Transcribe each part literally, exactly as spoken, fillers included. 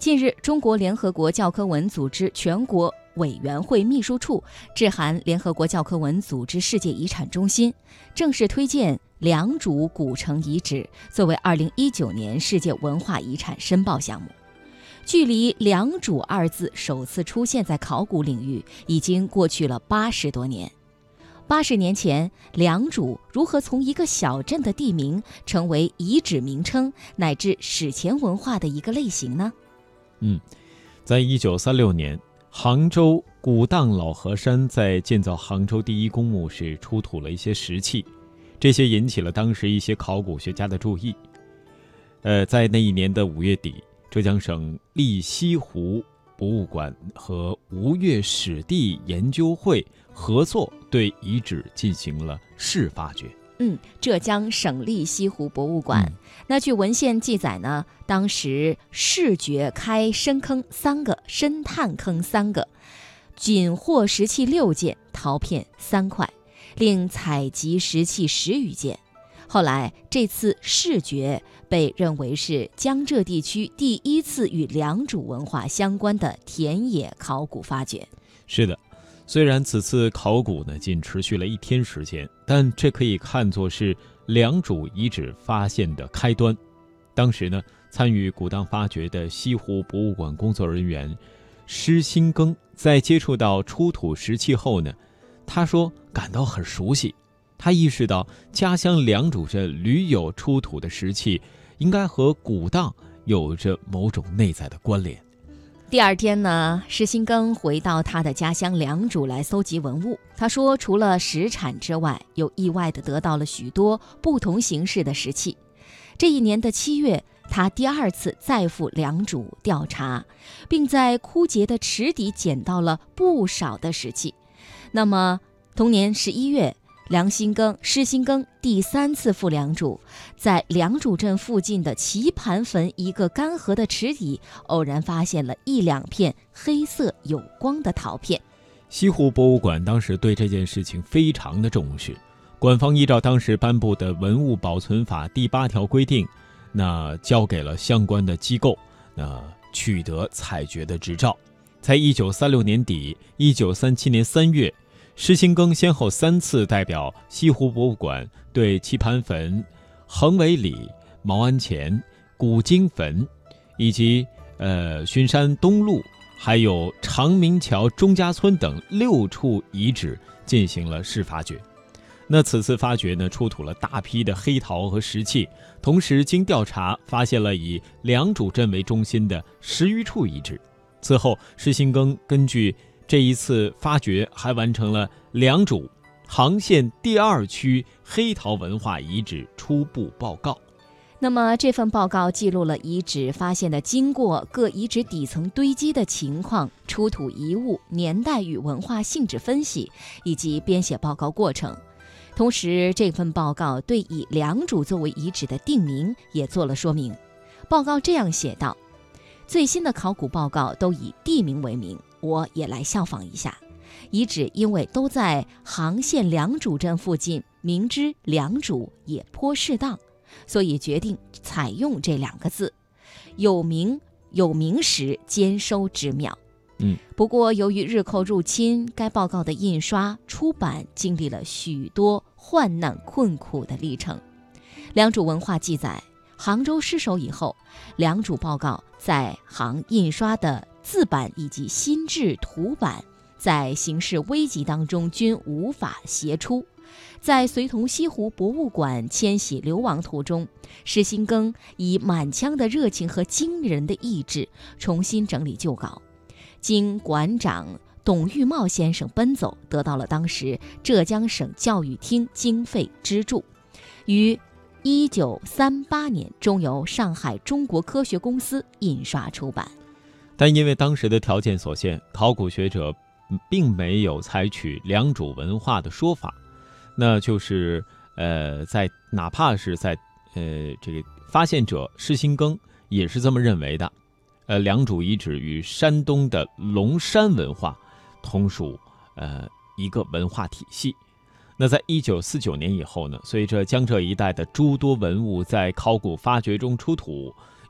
近日，中国联合国教科文组织全国委员会秘书处致函联合国教科文组织世界遗产中心，正式推荐良渚古城遗址作为二零一九年世界文化遗产申报项目。距离良渚二字首次出现在考古领域已经过去了八十多年。八十年前，良渚如何从一个小镇的地名成为遗址名称乃至史前文化的一个类型呢？ 嗯，在一九三六年，杭州古荡老河山在建造杭州第一公墓时出土了一些石器，这些引起了当时一些考古学家的注意。呃，在那一年的五月底，浙江省立西湖博物馆和吴越史地研究会合作对遗址进行了试发掘。 嗯，浙江省立西湖博物馆、嗯、那据文献记载呢，当时试掘开深坑三个，深探坑三个，仅获石器六件，陶片三块，另采集石器十余件。后来这次试掘被认为是江浙地区第一次与良渚文化相关的田野考古发掘。 是的，虽然此次考古呢仅持续了一天时间，但这可以看作是良渚遗址发现的开端。当时呢，参与古荡发掘的西湖博物馆工作人员施新庚在接触到出土石器后呢，他说感到很熟悉。他意识到家乡良渚镇屡有出土的石器应该和古荡有着某种内在的关联。 第二天呢，施新庚回到他的家乡良渚来搜集文物。他说除了石产之外，又意外地得到了许多不同形式的石器。这一年的七月，他第二次再赴良渚调查，并在枯竭的池底捡到了不少的石器。那么同年十一月，梁新庚、施新庚第三次赴良渚，在良渚镇附近的棋盘坟一个干涸的池底，偶然发现了一两片黑色有光的陶片。 西湖博物馆当时对这件事情非常的重视，官方依照当时颁布的文物保存法第八条规定，那交给了相关的机构，那取得采掘的执照。在一九三六年底、一九三七年三月，施新庚先后三次代表西湖博物馆对棋盘坟、横尾里、毛安前、古经坟以及呃巡山东路还有长明桥钟家村等六处遗址进行了试发掘。那此次发掘呢，出土了大批的黑陶和石器，同时经调查发现了以良渚镇为中心的十余处遗址。此后施新庚根据这一次发掘还完成了良渚杭县第二区黑陶文化遗址初步报告。 那么这份报告记录了遗址发现的经过、各遗址底层堆积的情况、出土遗物、年代与文化性质分析以及编写报告过程。同时这份报告对以良渚作为遗址的定名也做了说明。报告这样写道：最新的考古报告都以地名为名，我也来效仿一下。遗址因为都在杭县良渚镇附近，明知良渚也颇适当，所以决定采用这两个字，有名有名实兼收之妙。 嗯， 不过由于日寇入侵，该报告的印刷出版经历了许多患难困苦的历程。良渚文化记载，杭州失守以后，良渚报告在杭印刷的字版以及新制图版在形势危急当中均无法协出。在随同西湖博物馆迁徙流亡途中，施新庚以满腔的热情和惊人的意志重新整理旧稿，经馆长董玉茂先生奔走，得到了当时浙江省教育厅经费资助，于一九三八年终由上海中国科学公司印刷出版。 但因为当时的条件所限，考古学者并没有采取良渚文化的说法，那就是呃，在哪怕是在呃这个发现者施新庚也是这么认为的。呃，良渚遗址与山东的龙山文化同属呃一个文化体系。那在一九四九年以后呢，随着江浙一带的诸多文物在考古发掘中出土，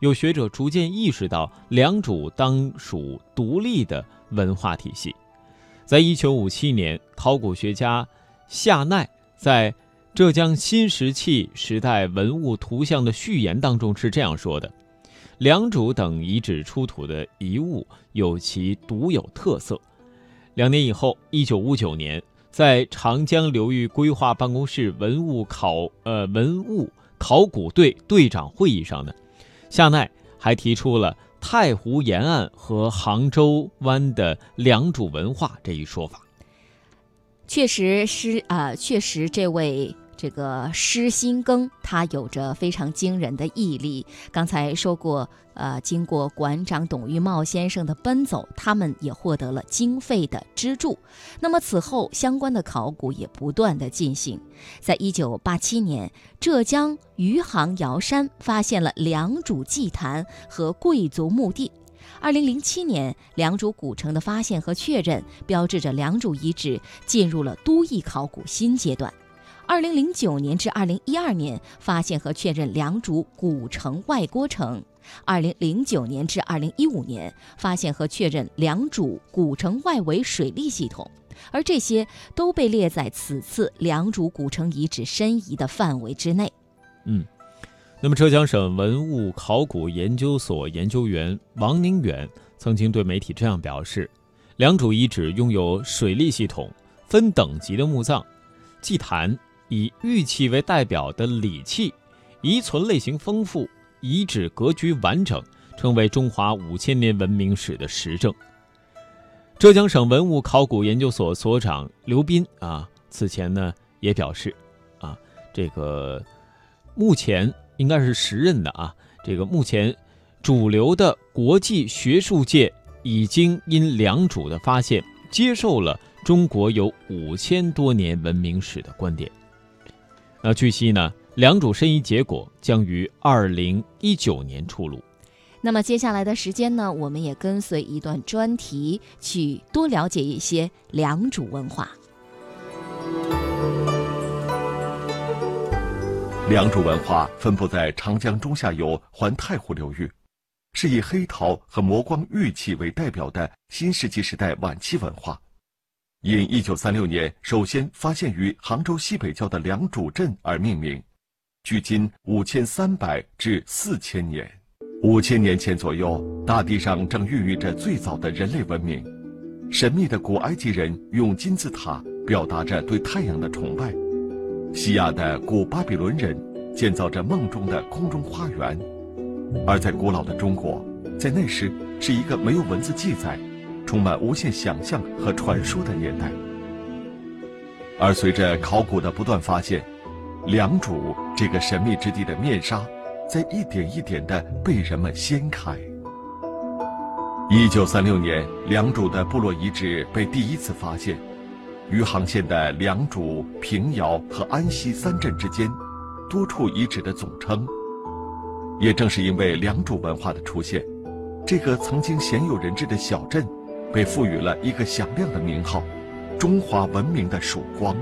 有学者逐渐意识到良渚当属独立的文化体系。在一九五七年，考古学家夏奈在《浙江新石器时代文物图像的序言》当中是这样说的：良渚等遗址出土的遗物有其独有特色。两年以后，一九五九年，在长江流域规划办公室文物考呃文物考古队队长会议上呢，夏奈还提出了太湖沿岸和杭州湾的良渚文化这一说法。 确实是啊、呃，确实这位这个施新庚他有着非常惊人的毅力。刚才说过，呃，经过馆长董玉茂先生的奔走，他们也获得了经费的资助。那么此后相关的考古也不断的进行。在一九八七年，浙江余杭瑶山发现了良渚祭坛和贵族墓地。二零零七年，良渚古城的发现和确认，标志着良渚遗址进入了都邑考古新阶段。二零零九年至二零一二年，发现和确认良渚古城外郭城。二零零九年至二零一五年，发现和确认良渚古城外围水利系统，而这些都被列在此次良渚古城遗址申遗的范围之内。 嗯，那么浙江省文物考古研究所研究员王宁远曾经对媒体这样表示：良渚遗址拥有水利系统、分等级的墓葬、祭坛，以玉器为代表的礼器，遗存类型丰富，遗址格局完整，成为中华五千年文明史的实证。浙江省文物考古研究所所长刘斌啊，此前呢也表示啊，这个目前应该是时任的啊，这个目前主流的国际学术界已经因良渚的发现接受了中国有五千多年文明史的观点。那据悉呢，良渚申遗结果将于二零一九年出炉。 那么接下来的时间呢，我们也跟随一段专题去多了解一些良渚文化。 良渚文化分布在长江中下游环太湖流域，是以黑陶和磨光玉器为代表的新石器时代晚期文化。因一九三六年首先发现于杭州西北郊的良渚镇而命名，距今五千三百至四千年。五千年前左右，大地上正孕育着最早的人类文明。神秘的古埃及人用金字塔表达着对太阳的崇拜，西亚的古巴比伦人建造着梦中的空中花园，而在古老的中国，在那时是一个没有文字记载、充满无限想象和传说的年代。而随着考古的不断发现，良渚这个神秘之地的面纱在一点一点地被人们掀开。一九三六年，良渚的部落遗址被第一次发现，余杭县的良渚、平遥和安溪三镇之间，多处遗址的总称。也正是因为良渚文化的出现，这个曾经鲜有人知的小镇，被赋予了一个响亮的名号——中华文明的曙光。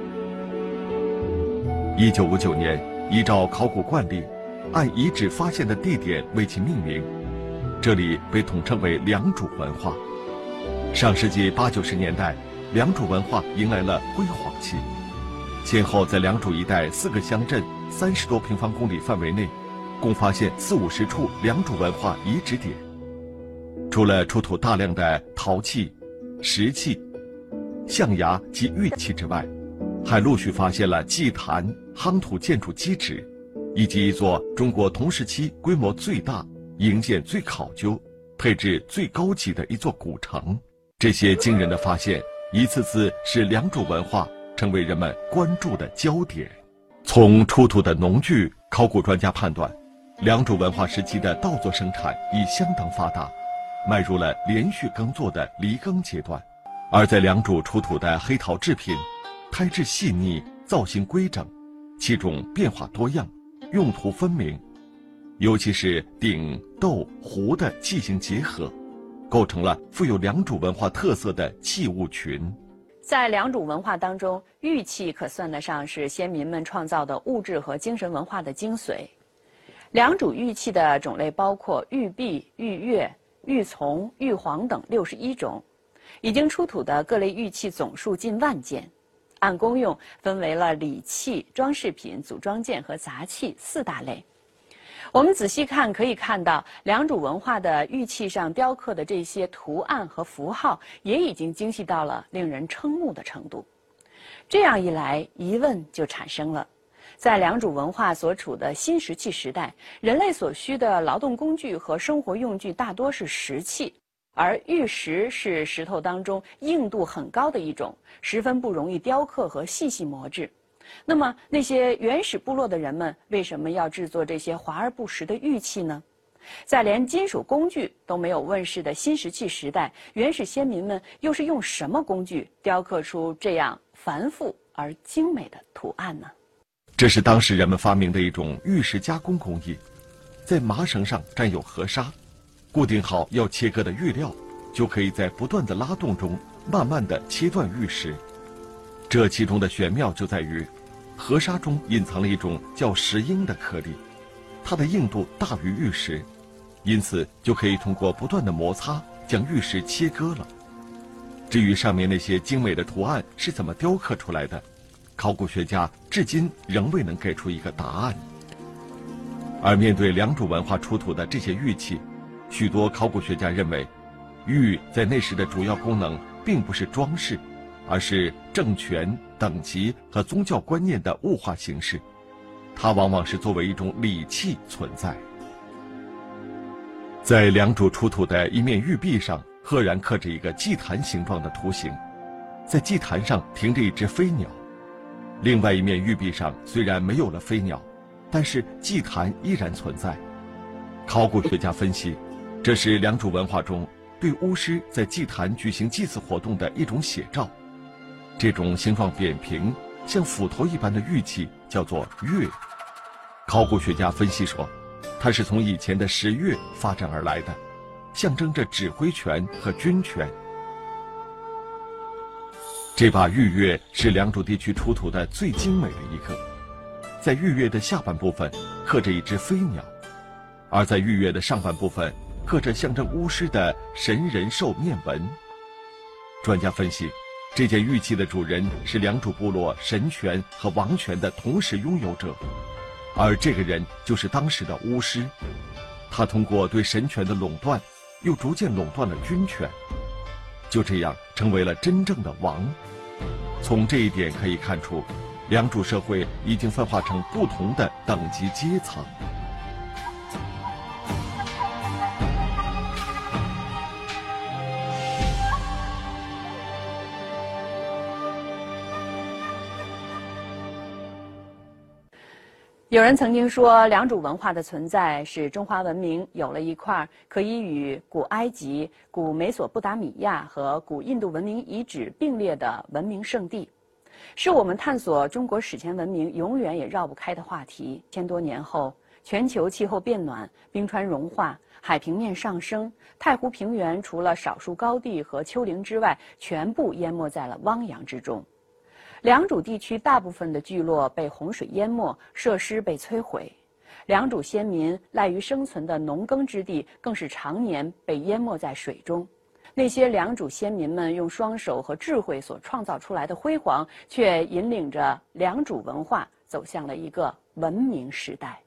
一九五九年，依照考古惯例，按遗址发现的地点为其命名，这里被统称为良渚文化。上世纪八九十年代，良渚文化迎来了辉煌期，先后在良渚一带四个乡镇三十多平方公里范围内，共发现四五十处良渚文化遗址点。除了出土大量的陶器、石器、象牙及玉器之外，还陆续发现了祭坛、夯土建筑基址，以及一座中国同时期规模最大、营建最考究、配置最高级的一座古城。这些惊人的发现，一次次使良渚文化成为人们关注的焦点。从出土的农具，考古专家判断，良渚文化时期的稻作生产已相当发达，迈入了连续耕作的犁耕阶段。而在良渚出土的黑陶制品，胎质细腻，造型规整，其种变化多样，用途分明，尤其是鼎、斗、壶的器型结合，构成了富有良渚文化特色的器物群。 在良渚文化当中，玉器可算得上是先民们创造的物质和精神文化的精髓。 良渚玉器的种类包括玉璧、玉钺、玉琮、玉璜等六十一种，已经出土的各类玉器总数近万件。按功用分为了礼器、装饰品、组装件和杂器四大类。我们仔细看，可以看到良渚文化的玉器上雕刻的这些图案和符号，也已经精细到了令人瞠目的程度。这样一来，疑问就产生了。在良渚文化所处的新石器时代，人类所需的劳动工具和生活用具大多是石器，而玉石是石头当中硬度很高的一种，十分不容易雕刻和细细磨制。那么，那些原始部落的人们为什么要制作这些华而不实的玉器呢？在连金属工具都没有问世的新石器时代，原始先民们又是用什么工具雕刻出这样繁复而精美的图案呢？ 这是当时人们发明的一种玉石加工工艺，在麻绳上沾有河沙，固定好要切割的玉料，就可以在不断的拉动中慢慢的切断玉石。这其中的玄妙就在于，河沙中隐藏了一种叫石英的颗粒，它的硬度大于玉石，因此就可以通过不断的摩擦将玉石切割了。至于上面那些精美的图案是怎么雕刻出来的，考古学家至今仍未能给出一个答案。而面对良渚文化出土的这些玉器，许多考古学家认为，玉在那时的主要功能并不是装饰，而是政权、等级和宗教观念的物化形式，它往往是作为一种礼器存在。在良渚出土的一面玉璧上，赫然刻着一个祭坛形状的图形，在祭坛上停着一只飞鸟。另外一面玉璧上虽然没有了飞鸟，但是祭坛依然存在。考古学家分析，这是良渚文化中对巫师在祭坛举行祭祀活动的一种写照。这种形状扁平、像斧头一般的玉器叫做钺。考古学家分析说，它是从以前的石钺发展而来的，象征着指挥权和军权。这把玉钺是良渚地区出土的最精美的一个，在玉钺的下半部分刻着一只飞鸟，而在玉钺的上半部分刻着象征巫师的神人兽面纹。专家分析，这件玉器的主人是良渚部落神权和王权的同时拥有者，而这个人就是当时的巫师。他通过对神权的垄断，又逐渐垄断了军权，就这样成为了真正的王。从这一点可以看出，良渚社会已经分化成不同的等级阶层。 有人曾经说，良渚文化的存在使中华文明有了一块可以与古埃及、古美索不达米亚和古印度文明遗址并列的文明圣地，是我们探索中国史前文明永远也绕不开的话题。千多年后，全球气候变暖，冰川融化，海平面上升，太湖平原除了少数高地和丘陵之外，全部淹没在了汪洋之中。良渚地区大部分的聚落被洪水淹没，设施被摧毁。良渚先民赖于生存的农耕之地更是常年被淹没在水中。那些良渚先民们用双手和智慧所创造出来的辉煌，却引领着良渚文化走向了一个文明时代。